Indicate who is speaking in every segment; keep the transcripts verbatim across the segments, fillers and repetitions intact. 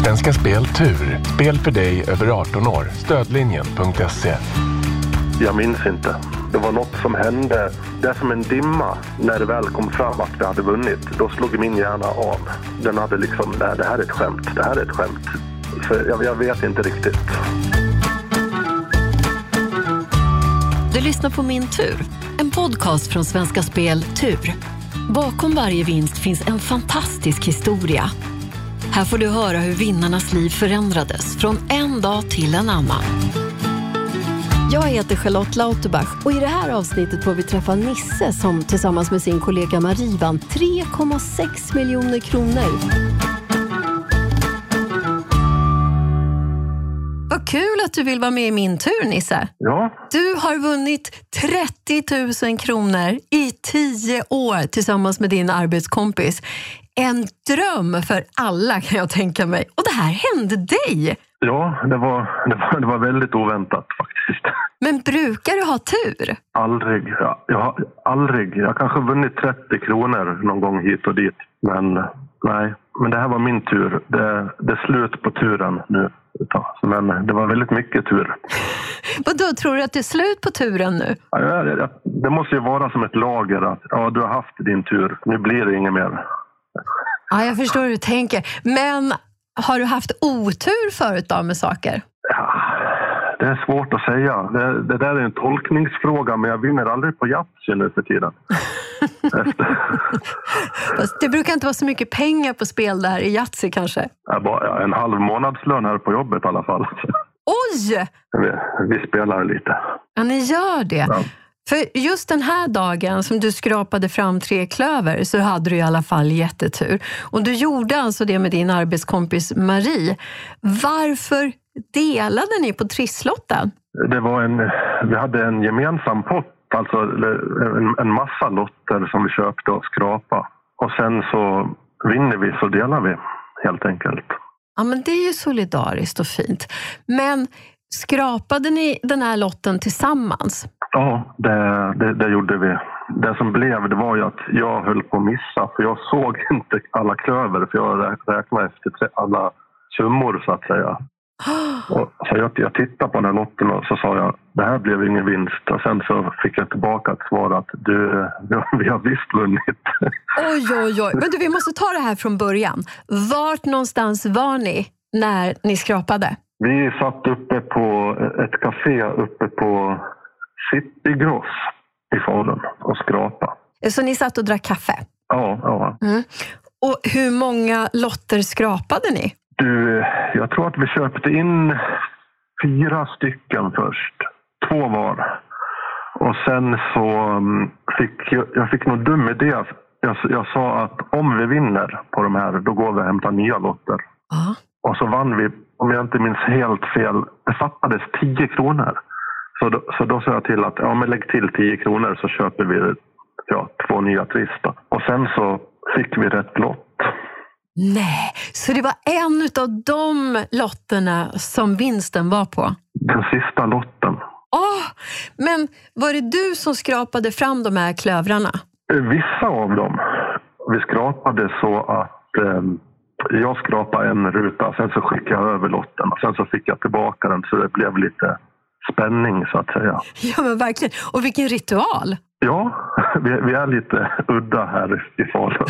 Speaker 1: Svenska Spel Tur. Spel för dig över arton år. Stödlinjen punkt se.
Speaker 2: Jag minns inte. Det var något som hände. Det är som en dimma när det väl kom fram att vi hade vunnit. Då slog min hjärna av. Den hade liksom, nej, det här är ett skämt. Det här är ett skämt. Så jag, jag vet inte riktigt.
Speaker 3: Du lyssnar på Min tur. En podcast från Svenska Spel Tur. Bakom varje vinst finns en fantastisk historia. Här får du höra hur vinnarnas liv förändrades från en dag till en annan. Jag heter Charlotte Lauterbach och i det här avsnittet får vi träffa Nisse som tillsammans med sin kollega Marie vann tre komma sex miljoner kronor. Vad kul att du vill vara med i Min tur, Nisse.
Speaker 2: Ja.
Speaker 3: Du har vunnit trettio tusen kronor i tio år tillsammans med din arbetskompis. En dröm för alla, kan jag tänka mig. Och det här hände dig.
Speaker 2: Ja, det var, det var, det var väldigt oväntat faktiskt.
Speaker 3: Men brukar du ha tur?
Speaker 2: Aldrig. Ja, jag har aldrig. Jag har kanske vunnit trettio kronor någon gång hit och dit. Men nej, men det här var min tur. Det, det är slut på turen nu. Men det var väldigt mycket tur.
Speaker 3: Vad då, tror du att det är slut på turen nu?
Speaker 2: Ja, det, det måste ju vara som ett lager. Att, ja, du har haft din tur. Nu blir det inget mer.
Speaker 3: Ja, jag förstår hur du tänker. Men har du haft otur förut då med saker?
Speaker 2: Ja, det är svårt att säga. Det, det där är en tolkningsfråga, men jag vinner aldrig på Yatzy nu för tiden.
Speaker 3: Fast det brukar inte vara så mycket pengar på spel där i Yatzy kanske.
Speaker 2: Ja, bara en halv månadslön här på jobbet i alla fall.
Speaker 3: Oj!
Speaker 2: Vi, vi spelar lite.
Speaker 3: Ja, ni gör det.
Speaker 2: Ja.
Speaker 3: För just den här dagen som du skrapade fram tre klöver så hade du i alla fall jättetur. Och du gjorde alltså det med din arbetskompis Marie. Varför delade ni på trisslotten?
Speaker 2: Det var en, vi hade en gemensam pott, alltså en, en massa lotter som vi köpte och skrapa. Och sen så vinner vi så delar vi helt enkelt.
Speaker 3: Ja, men det är ju solidariskt och fint. Men skrapade ni den här lotten tillsammans?
Speaker 2: Ja, det, det, det gjorde vi. Det som blev, det var ju att jag höll på att missa. För jag såg inte alla klöver, för jag räknade efter alla summor så att säga. Och så jag, jag tittade på den här lotten och så sa jag, det här blev ingen vinst. Och sen så fick jag tillbaka ett svar att du, vi har visst vunnit.
Speaker 3: Oj, oj, oj. Men du, vi måste ta det här från början. Vart någonstans var ni när ni skrapade?
Speaker 2: Vi satt uppe på ett café uppe på Citygross i Falun och skrapa.
Speaker 3: Så ni satt och drack kaffe?
Speaker 2: Ja, ja.
Speaker 3: Mm. Och hur många lotter skrapade ni?
Speaker 2: Du, jag tror att vi köpte in fyra stycken först. Två var. Och sen så fick jag, jag fick någon dum idé. Jag, jag sa att om vi vinner på de här, då går vi och hämtar nya lotter.
Speaker 3: Ja.
Speaker 2: Och så vann vi, om jag inte minns helt fel, det fattades tio kronor. Så då, så då sa jag till att ja, men lägg till tio kronor så köper vi ja, två nya trista. Och sen så fick vi rätt lott.
Speaker 3: Nej, så det var en av de lotterna som vinsten var på?
Speaker 2: Den sista lotten.
Speaker 3: Åh, men var det du som skrapade fram de här klövrarna?
Speaker 2: Vissa av dem. Vi skrapade så att eh, jag skrapade en ruta, sen så skickade jag över lotten. Och sen så fick jag tillbaka den så det blev lite spänning så att säga.
Speaker 3: Ja, men verkligen. Och vilken ritual!
Speaker 2: Ja, vi, vi är lite udda här i Falun.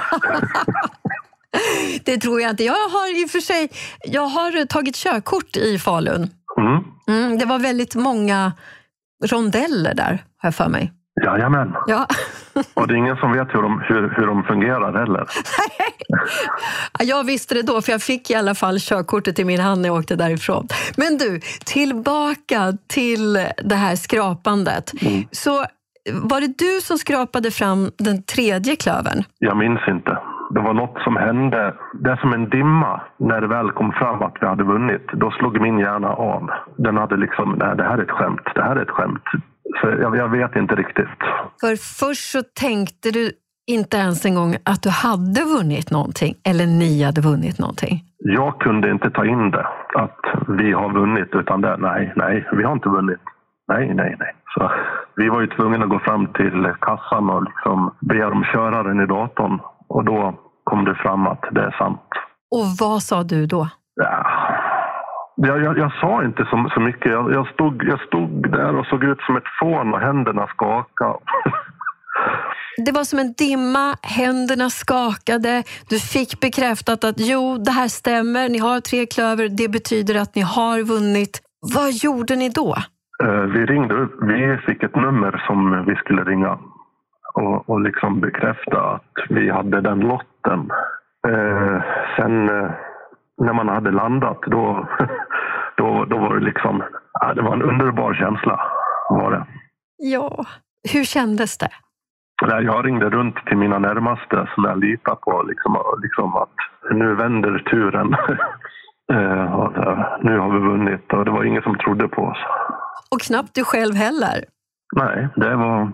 Speaker 3: Det tror jag inte. Jag har i och för sig jag har tagit körkort i Falun.
Speaker 2: Mm.
Speaker 3: Mm, det var väldigt många rondeller där, har jag för mig.
Speaker 2: Jajamän.
Speaker 3: Ja.
Speaker 2: Och det är ingen som vet hur de, hur, hur de fungerar heller.
Speaker 3: Jag visste det då, för jag fick i alla fall körkortet i min hand när jag åkte därifrån. Men du, tillbaka till det här skrapandet. Mm. Så var det du som skrapade fram den tredje klövern?
Speaker 2: Jag minns inte. Det var något som hände. Det är som en dimma när det väl kom fram att vi hade vunnit. Då slog min hjärna av. Den hade liksom, nej, det här är ett skämt. Det här är ett skämt. Så jag, jag vet inte riktigt.
Speaker 3: För först så tänkte du inte ens en gång att du hade vunnit någonting. Eller ni hade vunnit någonting.
Speaker 2: Jag kunde inte ta in det. Att vi har vunnit. Utan det, nej, nej, vi har inte vunnit. Nej, nej, nej. Så vi var ju tvungna att gå fram till kassan och liksom be om köraren i datorn. Och då kom det fram att det är sant.
Speaker 3: Och vad sa du då?
Speaker 2: Ja. Jag, jag, jag sa inte så, så mycket. Jag, jag, stod, jag stod där och såg ut som ett fån och händerna skakade.
Speaker 3: Det var som en dimma, händerna skakade. Du fick bekräftat att jo, det här stämmer. Ni har tre klöver, det betyder att ni har vunnit. Vad gjorde ni då?
Speaker 2: Vi ringde upp, vi fick ett nummer som vi skulle ringa och, och liksom bekräfta att vi hade den lotten. Eh, sen eh, när man hade landat då, då, då var det liksom, ja, det var en underbar känsla var det.
Speaker 3: Ja, hur kändes det?
Speaker 2: Jag ringde runt till mina närmaste som jag litar på liksom, liksom att nu vänder turen. eh, och, nu har vi vunnit och det var ingen som trodde på oss.
Speaker 3: Och knappt du själv heller.
Speaker 2: Nej, det var...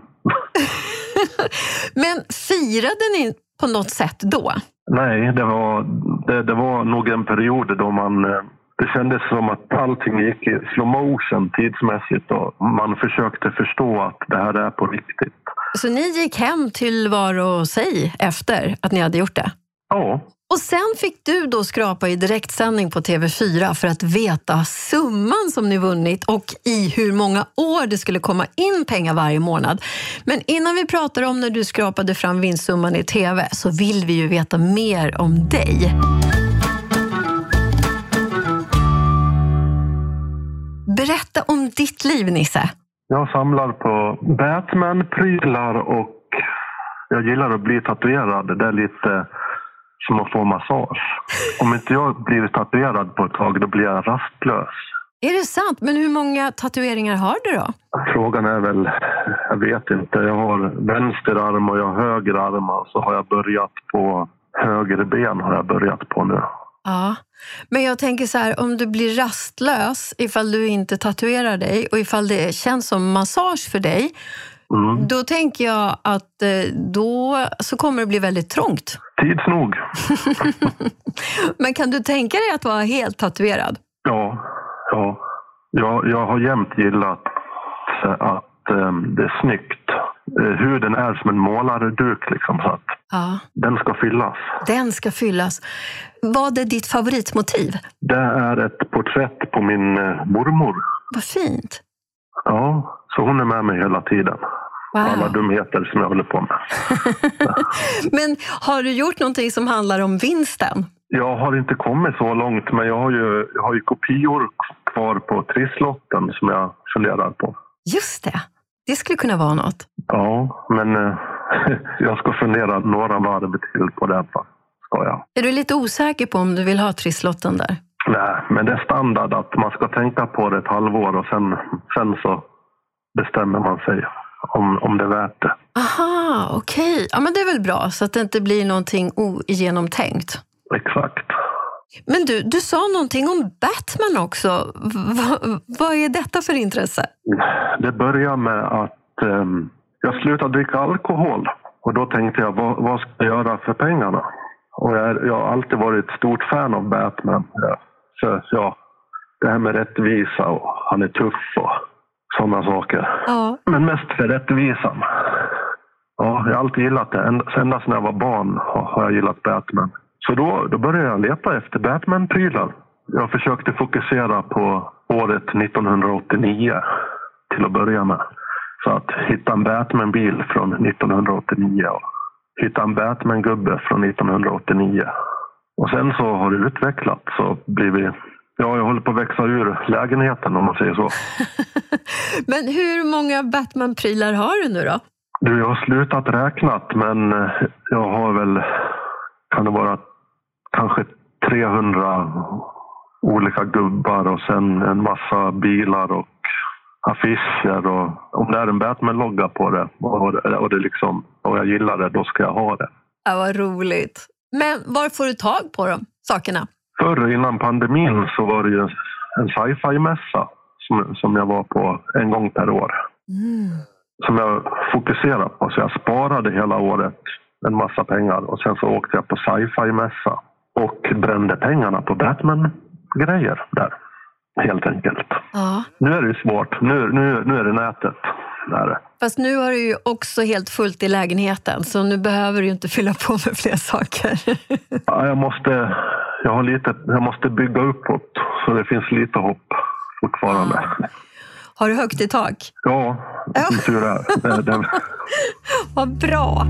Speaker 3: Men firade ni på något sätt då?
Speaker 2: Nej, det var, det, det var nog en period då man... Det kändes som att allting gick i slow motion tidsmässigt och man försökte förstå att det här är på riktigt.
Speaker 3: Så ni gick hem till var och sig efter att ni hade gjort det?
Speaker 2: Ja.
Speaker 3: Och sen fick du då skrapa i direktsändning på T V fyra för att veta summan som ni vunnit och i hur många år det skulle komma in pengar varje månad. Men innan vi pratar om när du skrapade fram vinstsumman i T V så vill vi ju veta mer om dig. Berätta om ditt liv, Nisse.
Speaker 2: Jag samlar på Batman-prylar och jag gillar att bli tatuerad. Det är lite som att få massage. Om inte jag blir tatuerad på ett tag, då blir jag rastlös.
Speaker 3: Är det sant? Men hur många tatueringar har du då?
Speaker 2: Frågan är väl, jag vet inte. Jag har vänster arm och jag har höger arm. Och så har jag börjat på höger ben har jag börjat på nu.
Speaker 3: Ja, men jag tänker så här, om du blir rastlös ifall du inte tatuerar dig och ifall det känns som massage för dig, mm. då tänker jag att då så kommer det bli väldigt trångt.
Speaker 2: Tids nog.
Speaker 3: Men kan du tänka dig att vara helt tatuerad?
Speaker 2: Ja, ja. Jag, jag har jämt gillat att um, det är snyggt. Huden är som en målarduk liksom, så att
Speaker 3: ja.
Speaker 2: Den ska fyllas.
Speaker 3: Den ska fyllas. Vad är ditt favoritmotiv?
Speaker 2: Det är ett porträtt på min mormor.
Speaker 3: Vad fint.
Speaker 2: Ja, så hon är med mig hela tiden. Wow. Alla dumheter som jag håller på med.
Speaker 3: Men har du gjort någonting som handlar om vinsten?
Speaker 2: Jag har inte kommit så långt, men jag har ju, jag har ju kopior kvar på trisslotten som jag funderar på.
Speaker 3: Just det. Det skulle kunna vara något.
Speaker 2: Ja, men eh, jag ska fundera några varv till på det. Ska jag.
Speaker 3: Är du lite osäker på om du vill ha trisslotten där?
Speaker 2: Nej, men det är standard att man ska tänka på det ett halvår och sen, sen så bestämmer man sig om, om det är värt det.
Speaker 3: Aha, okej. Okay. Ja, men det är väl bra så att det inte blir någonting ogenomtänkt.
Speaker 2: Exakt.
Speaker 3: Men du, du sa någonting om Batman också. Va, vad är detta för intresse?
Speaker 2: Det börjar med att um, jag slutade dricka alkohol. Och då tänkte jag, vad, vad ska jag göra för pengarna? Och jag, jag har alltid varit ett stort fan av Batman. Ja, så, ja, det här med rättvisa och han är tuff och sådana saker.
Speaker 3: Ja.
Speaker 2: Men mest för rättvisan. Ja, jag har alltid gillat det. Ända, ända sedan jag var barn har, har jag gillat Batman. Så då, då började jag leta efter Batman-prylar. Jag försökte fokusera på året nittonhundraåttionio till att börja med. Så att hitta en Batman-bil från nittonhundraåttionio och hitta en Batman-gubbe från nittonhundraåttionio. Och sen så har det utvecklats så blir vi... Ja, jag håller på att växa ur lägenheten om man säger så.
Speaker 3: Men hur många Batman-prylar har du nu då?
Speaker 2: Du, jag har slutat räknat men jag har väl... Kan det vara kanske trehundra olika gubbar och sen en massa bilar och affischer och om det är en Batman-logga på det och, det, och, det liksom, och jag gillar det, då ska jag ha det.
Speaker 3: Ja, vad roligt. Men var får du tag på de sakerna?
Speaker 2: Förr innan pandemin så var det ju en sci-fi-mässa som, som jag var på en gång per år.
Speaker 3: Mm. Som
Speaker 2: jag fokuserade på, så jag sparade hela året en massa pengar och sen så åkte jag på sci-fi-mässa och brände pengarna på Batman-grejer där, helt enkelt.
Speaker 3: Ja.
Speaker 2: Nu är det svårt, nu, nu, nu är det nätet. Där.
Speaker 3: Fast nu har du ju också helt fullt i lägenheten så nu behöver du inte fylla på med fler saker.
Speaker 2: Ja, jag måste, jag har lite, jag måste bygga uppåt så det finns lite hopp fortfarande.
Speaker 3: Ah. Har du högt i tak?
Speaker 2: Ja, som tur är. Det, det.
Speaker 3: Vad bra!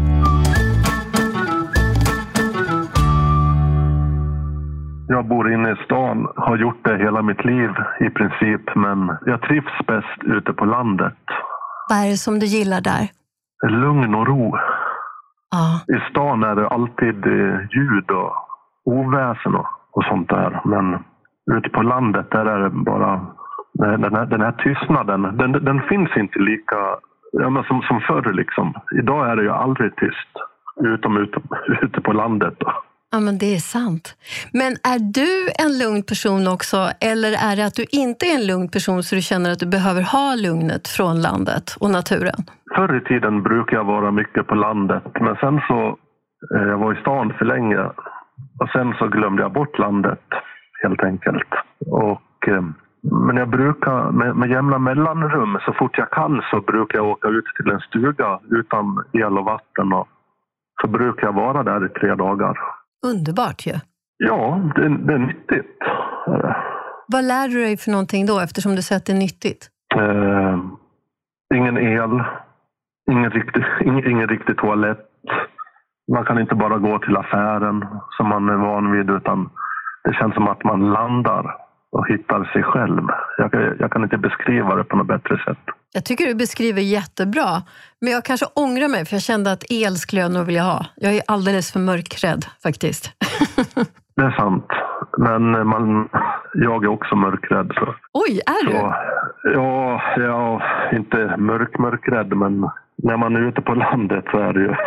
Speaker 2: Jag bor inne i stan, har gjort det hela mitt liv i princip, men jag trivs bäst ute på landet.
Speaker 3: Vad är det som du gillar där?
Speaker 2: Lugn och ro.
Speaker 3: Ja.
Speaker 2: I stan är det alltid ljud och oväsen och, och sånt där, men ute på landet där är det bara den här, den här tystnaden, den, den finns inte lika ja, men som, som förr liksom. Idag är det ju aldrig tyst, utom ute, ute på landet då.
Speaker 3: Ja, men det är sant. Men är du en lugn person också, eller är det att du inte är en lugn person så du känner att du behöver ha lugnet från landet och naturen?
Speaker 2: Förr i tiden brukar jag vara mycket på landet, men sen så eh, jag var i stan för länge och sen så glömde jag bort landet helt enkelt. Och eh, men jag brukar med, med jämna mellanrum så fort jag kan så brukar jag åka ut till en stuga utan el och vatten och så brukar jag vara där i tre dagar.
Speaker 3: Underbart ju.
Speaker 2: Ja, det, det är nyttigt.
Speaker 3: Vad lär du dig för någonting då eftersom du säger att det är nyttigt?
Speaker 2: Eh, ingen el, ingen riktig, ingen, ingen riktig toalett. Man kan inte bara gå till affären som man är van vid utan det känns som att man landar och hittar sig själv. Jag, jag kan inte beskriva det på något bättre sätt.
Speaker 3: Jag tycker du beskriver jättebra. Men jag kanske ångrar mig för jag kände att el skulle jag nog vilja ha. Jag är alldeles för mörkrädd faktiskt.
Speaker 2: Det är sant. Men man, jag är också mörkrädd. Så.
Speaker 3: Oj, är du?
Speaker 2: Så, ja, jag är inte mörk, mörkrädd men när man är ute på landet så är det ju...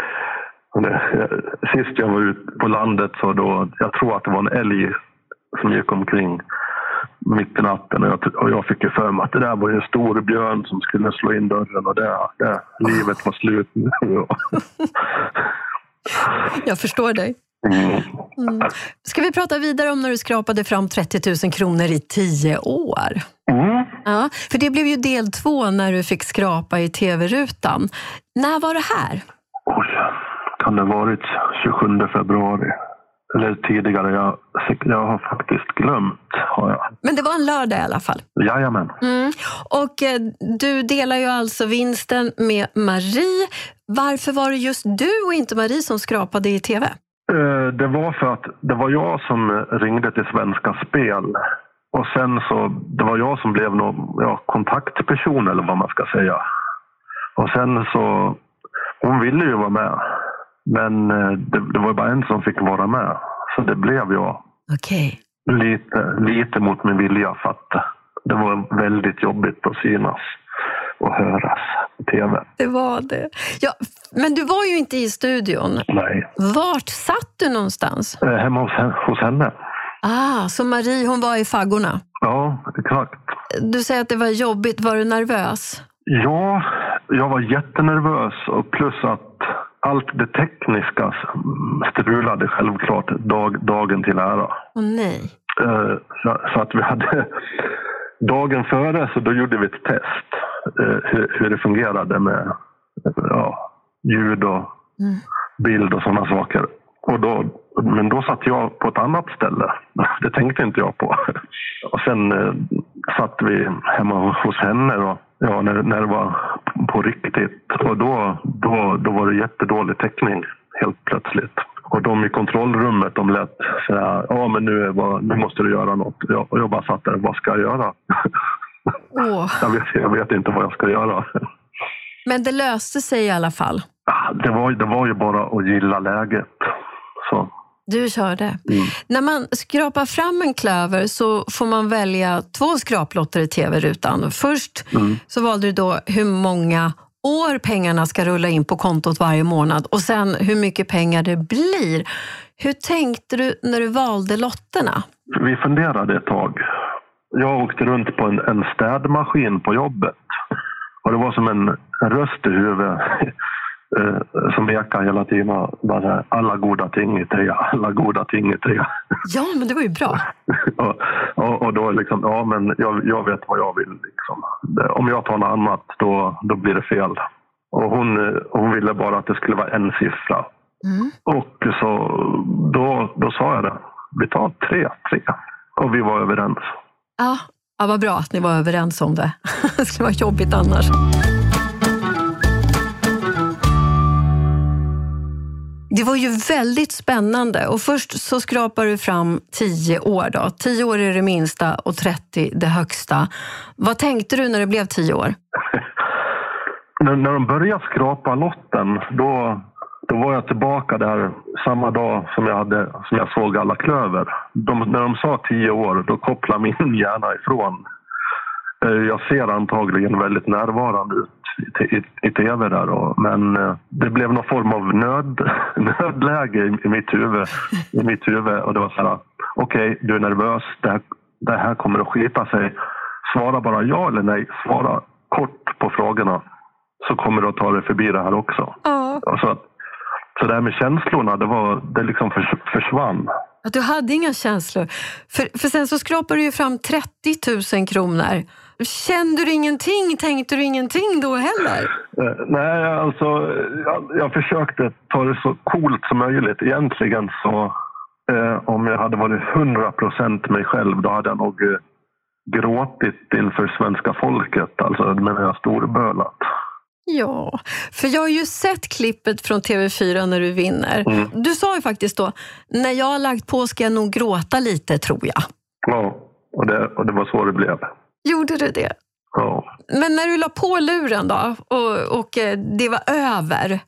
Speaker 2: Sist jag var ute på landet så då, jag tror att det var en älg som gick omkring mitt i natten och jag, och jag fick ju för mig att det där var en stor björn som skulle slå in dörren och det, det livet var slut.
Speaker 3: Jag förstår dig.
Speaker 2: Mm.
Speaker 3: Mm. Ska vi prata vidare om när du skrapade fram trettio tusen kronor i tio år?
Speaker 2: Mm.
Speaker 3: Ja, för det blev ju del två när du fick skrapa i tv-rutan. När var det här?
Speaker 2: Oj, kan det ha varit tjugosjunde februari? Eller tidigare, jag, jag har faktiskt glömt. Har jag.
Speaker 3: Men det var en lördag i alla fall.
Speaker 2: Jajamän.
Speaker 3: Mm. Och eh, du delar ju alltså vinsten med Marie. Varför var det just du och inte Marie som skrapade i tv?
Speaker 2: Eh, det var för att det var jag som ringde till Svenska Spel. Och sen så, det var jag som blev någon ja, kontaktperson eller vad man ska säga. Och sen så, hon ville ju vara med. Men det, det var bara en som fick vara med. Så det blev jag.
Speaker 3: Okej.
Speaker 2: Lite, lite mot min vilja för att det var väldigt jobbigt att synas och höras på tv.
Speaker 3: Det var det. Ja, men du var ju inte i studion.
Speaker 2: Nej.
Speaker 3: Vart satt du någonstans?
Speaker 2: Eh, hemma hos, hos henne.
Speaker 3: Ah, så Marie hon var i faggorna?
Speaker 2: Ja, exakt.
Speaker 3: Du säger att det var jobbigt. Var du nervös?
Speaker 2: Ja, jag var jättenervös och plus att allt det tekniska strulade självklart dag, dagen till ära.
Speaker 3: Åh nej.
Speaker 2: Uh, så, så att vi hade dagen före så då gjorde vi ett test uh, hur, hur det fungerade med ja, ljud och mm. bild och sådana saker. Och då, men då satt jag på ett annat ställe. Det tänkte inte jag på. Och sen uh, satt vi hemma hos henne och ja, när, när det var på riktigt. Och då, då, då var det jättedålig täckning helt plötsligt. Och de i kontrollrummet, de lät säga, ja men nu, är bara, nu måste du göra något. Och jag, och jag bara satt där, vad ska jag göra?
Speaker 3: Oh.
Speaker 2: jag, vet, jag vet inte vad jag ska göra.
Speaker 3: Men det löste sig i alla fall.
Speaker 2: Ja, det, var, det var ju bara att gilla läget. Så.
Speaker 3: Du körde.
Speaker 2: Mm.
Speaker 3: När man skrapar fram en klöver så får man välja två skraplotter i tv-rutan. Först mm. så valde du då hur många år pengarna ska rulla in på kontot varje månad och sen hur mycket pengar det blir. Hur tänkte du när du valde lotterna? Vi
Speaker 2: funderade ett tag. Jag åkte runt på en, en städmaskin på jobbet och det var som en, en röst i huvudet som ekar hela tiden. Bara, alla goda ting i tre, alla goda ting i tre.
Speaker 3: Ja, men det var ju bra.
Speaker 2: och, och, och då liksom, ja men jag, jag vet vad jag vill liksom. Om jag tar något annat då, då blir det fel. Och hon, hon ville bara att det skulle vara en siffra. Mm. Och så då, då sa jag det. vi tar tre, tre. Och vi var överens.
Speaker 3: Ja, ja vad bra att ni var överens om det. Det skulle vara jobbigt annars. Det var ju väldigt spännande och först så skrapar du fram tio år då. tio år är det minsta och trettio det högsta. Vad tänkte du när det blev tio år?
Speaker 2: när, när de började skrapa lotten, då, då var jag tillbaka där samma dag som jag, hade, som jag såg alla klöver. De, när de sa tio år, då kopplade min hjärna ifrån. Jag ser antagligen väldigt närvarande ut i, i, i tv där. Och, men det blev någon form av nöd, nödläge i, i, mitt huvud, i mitt huvud. Och det var så här, okej, okay, du är nervös. Det här, det här kommer att skita sig. Svara bara ja eller nej. Svara kort på frågorna. Så kommer du att ta dig förbi det här också.
Speaker 3: Ja.
Speaker 2: Så, så det här med känslorna, det, var, det liksom förs, försvann.
Speaker 3: Att du hade inga känslor. För, för sen så skrapade du ju fram trettio tusen kronor. Kände du ingenting? Tänkte du ingenting då heller?
Speaker 2: Eh, nej, alltså jag, jag försökte ta det så coolt som möjligt. Egentligen så eh, om jag hade varit hundra procent mig själv, då hade jag nog eh, gråtit inför svenska folket. Alltså, menar jag storbölat.
Speaker 3: Ja, för jag har ju sett klippet från T V fyra när du vinner. Mm. Du sa ju faktiskt då, när jag har lagt på ska jag nog gråta lite, tror jag.
Speaker 2: Ja, och det, och det var så det blev.
Speaker 3: Gjorde du det?
Speaker 2: Ja.
Speaker 3: Men när du la på luren då, och, och det var över,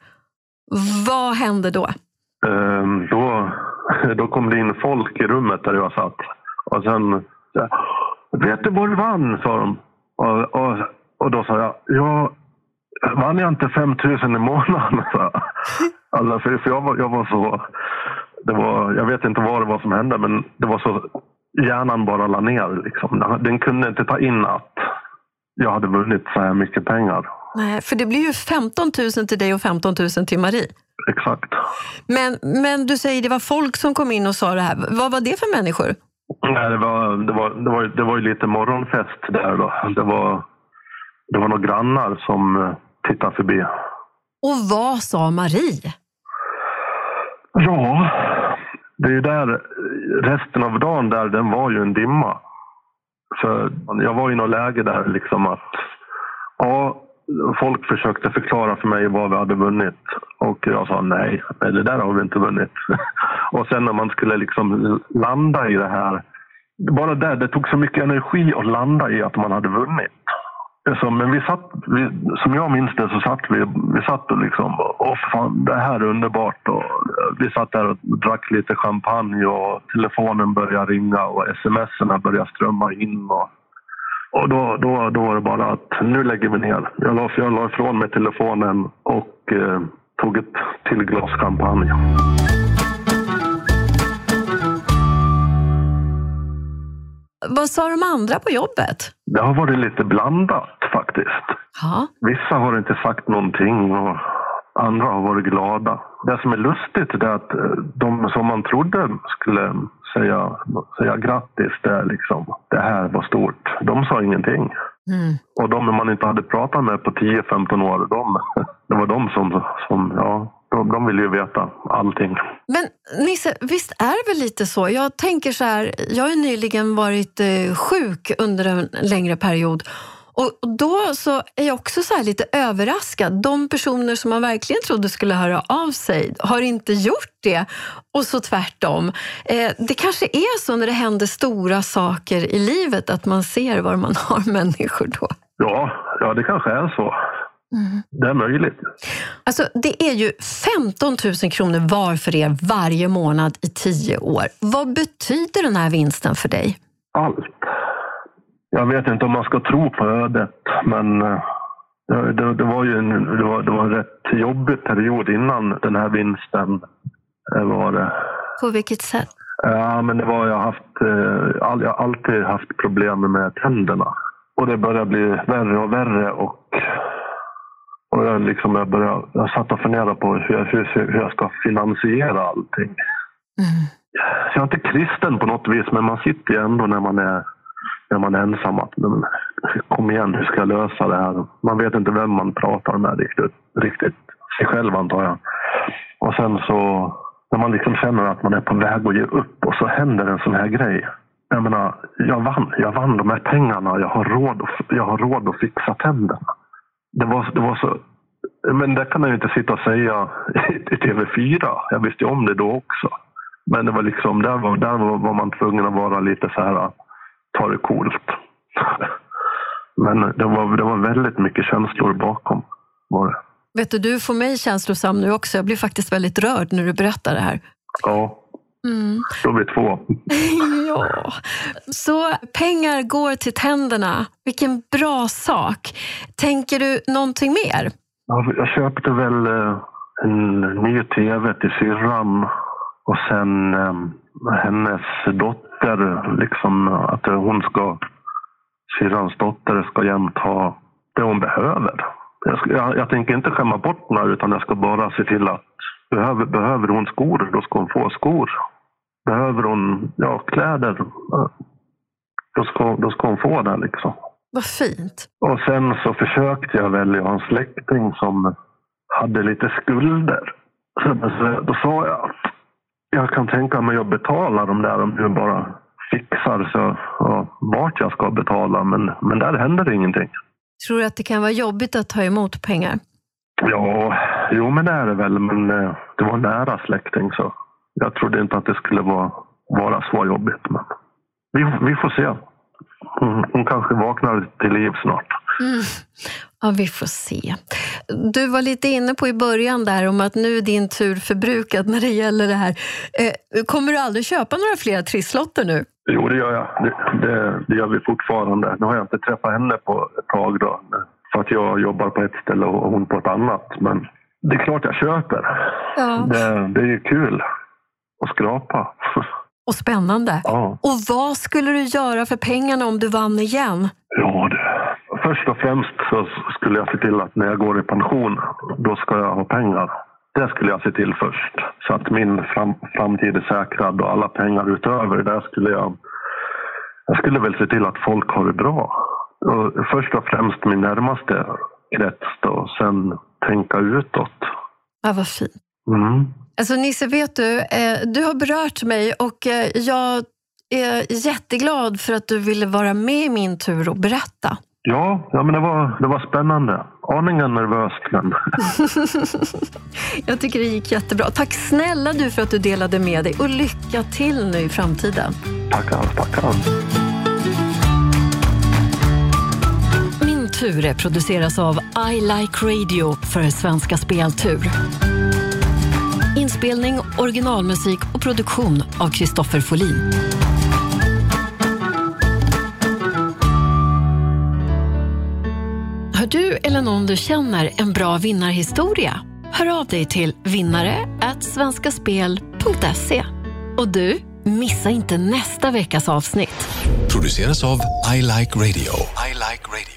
Speaker 3: vad hände då?
Speaker 2: Ehm, då? Då kom det in folk i rummet där jag satt. Och sen, vet du vad du vann, sa de. Och, och, och då sa jag, ja... vann jag inte fem tusen i månaden? Alltså, för, för jag, var, jag var så... Det var, jag vet inte vad det var som hände, men det var så... Hjärnan bara la ner. Liksom. Den kunde inte ta in att jag hade vunnit så här mycket pengar.
Speaker 3: Nej, för det blir ju femton tusen till dig och femton tusen till Marie.
Speaker 2: Exakt.
Speaker 3: Men, men du säger det var folk som kom in och sa det här. Vad var det för människor?
Speaker 2: Nej, det var, det var, det var, det var ju lite morgonfest där då. Det var, det var några grannar som tittade förbi.
Speaker 3: Och vad sa Marie?
Speaker 2: Ja, det är ju där resten av dagen där, den var ju en dimma. För jag var i något läge där liksom att ja, folk försökte förklara för mig vad vi hade vunnit. Och jag sa nej, det där har vi inte vunnit. Och sen när man skulle liksom landa i det här, bara där, det tog så mycket energi att landa i att man hade vunnit. Så, men vi satt, vi, som jag minns det så satt vi, vi satt och liksom, åh fan, det här är underbart. Och vi satt där och drack lite champagne och telefonen började ringa och sms'erna började strömma in. Och, och då, då, då var det bara att nu lägger vi ner. Jag la, jag la ifrån mig telefonen och eh, tog ett till glas champagne.
Speaker 3: Vad sa de andra på jobbet?
Speaker 2: Det har varit lite blandat faktiskt.
Speaker 3: Ha?
Speaker 2: Vissa har inte sagt någonting och andra har varit glada. Det som är lustigt är att de som man trodde skulle säga, säga grattis, det, liksom, det här var stort. De sa ingenting.
Speaker 3: Mm.
Speaker 2: Och de man inte hade pratat med på tio femton år, de, det var de som, som ja... De, de vill ju veta allting.
Speaker 3: Men Nisse, visst är det väl lite så? Jag tänker så här, jag har nyligen varit eh, sjuk under en längre period. Och då så är jag också så här lite överraskad. De personer som man verkligen trodde skulle höra av sig har inte gjort det. Och så tvärtom. Eh, det kanske är så när det händer stora saker i livet att man ser var man har människor då.
Speaker 2: Ja, ja det kanske är så. Mm. Det är möjligt.
Speaker 3: Alltså det är ju femton tusen kronor var för er varje månad i tio år. Vad betyder den här vinsten för dig?
Speaker 2: Allt. Jag vet inte om man ska tro på ödet, men det, det, det var ju en, det var, det var en rätt jobbig period innan den här vinsten var det.
Speaker 3: På vilket sätt?
Speaker 2: Ja, men det var jag haft, jag har alltid haft problem med tänderna. Och det började bli värre och värre och Och jag, liksom, jag, började, jag satt och funderade på hur, hur, hur jag ska finansiera allting. Mm. Jag är inte kristen på något vis, men man sitter ju ändå när man är, när man är ensam. Att, men, kom igen, hur ska jag lösa det här? Man vet inte vem man pratar med riktigt. Riktigt sig själv, antar jag. Och sen så, när man liksom känner att man är på väg att ge upp och så händer en sån här grej. Jag menar, jag vann, jag vann de här pengarna. Jag har råd, jag har råd att fixa tänderna. Det var, det var så... Men det kan jag ju inte sitta och säga i T V fyra. Jag visste ju om det då också. Men det var liksom, där var, där var man tvungen att vara lite så här, ta det coolt. Men det var, det var väldigt mycket känslor bakom. Var det.
Speaker 3: Vet du, du får mig känslosam nu också. Jag blir faktiskt väldigt rörd när du berättar det här.
Speaker 2: Ja, mm. Då blir två.
Speaker 3: Ja, så pengar går till tänderna. Vilken bra sak. Tänker du någonting mer?
Speaker 2: Ja, jag köpte väl en ny tv till syrran. Och sen eh, hennes dotter, liksom att hon ska, syrrans dotter ska jämt ha det hon behöver. Jag, ska, jag, jag tänker inte skämma bort henne, utan jag ska bara se till att behöver, behöver hon skor, då ska hon få skor. Behöver hon ja, kläder, då ska, då ska hon få det liksom.
Speaker 3: Vad fint.
Speaker 2: Och sen så försökte jag välja en släkting som hade lite skulder. Så, då sa jag, jag kan tänka mig att betala dem där om du bara fixar så ja, vart jag ska betala. Men, men där händer det ingenting.
Speaker 3: Tror du att det kan vara jobbigt att ta emot pengar?
Speaker 2: Ja, jo men det är det väl. Men det var nära släkting så jag trodde inte att det skulle vara, vara så jobbigt. Men vi, vi får se. Hon, hon kanske vaknar till liv snart.
Speaker 3: Mm. Ja, vi får se. Du var lite inne på i början där om att nu är din tur förbrukad när det gäller det här. Eh, kommer du aldrig köpa några fler trisslotter nu?
Speaker 2: Jo, det gör jag. Det, det, det gör vi fortfarande. Nu har jag inte träffat henne på ett tag då. För att jag jobbar på ett ställe och hon på ett annat. Men det är klart jag köper. Ja. Det, det är ju kul att skrapa.
Speaker 3: Och spännande.
Speaker 2: Ja.
Speaker 3: Och vad skulle du göra för pengarna om du vann igen?
Speaker 2: Ja, det, först och främst så skulle jag se till att när jag går i pension, då ska jag ha pengar. Det skulle jag se till först. Så att min fram, framtid är säkrad och alla pengar utöver det skulle jag... Jag skulle väl se till att folk har det bra. Och först och främst min närmaste krets då. Sen tänka utåt.
Speaker 3: Ja, vad fint.
Speaker 2: Mm.
Speaker 3: Alltså Nisse, vet du, eh, du har berört mig och eh, jag är jätteglad för att du ville vara med i min tur och berätta.
Speaker 2: Ja, ja men det var, det var spännande. Aningen nervöst, men...
Speaker 3: Jag tycker det gick jättebra. Tack snälla du för att du delade med dig och lycka till nu i framtiden.
Speaker 2: Tackar, tackar.
Speaker 3: Min tur produceras av I Like Radio för Svenska Speltur. Inspelning, originalmusik och produktion av Kristoffer Folin. Har du eller någon du känner en bra vinnarhistoria? Hör av dig till vinnare at svenskaspel punkt se. Och du, missa inte nästa veckas avsnitt.
Speaker 4: Produceras av I Like Radio. I Like Radio.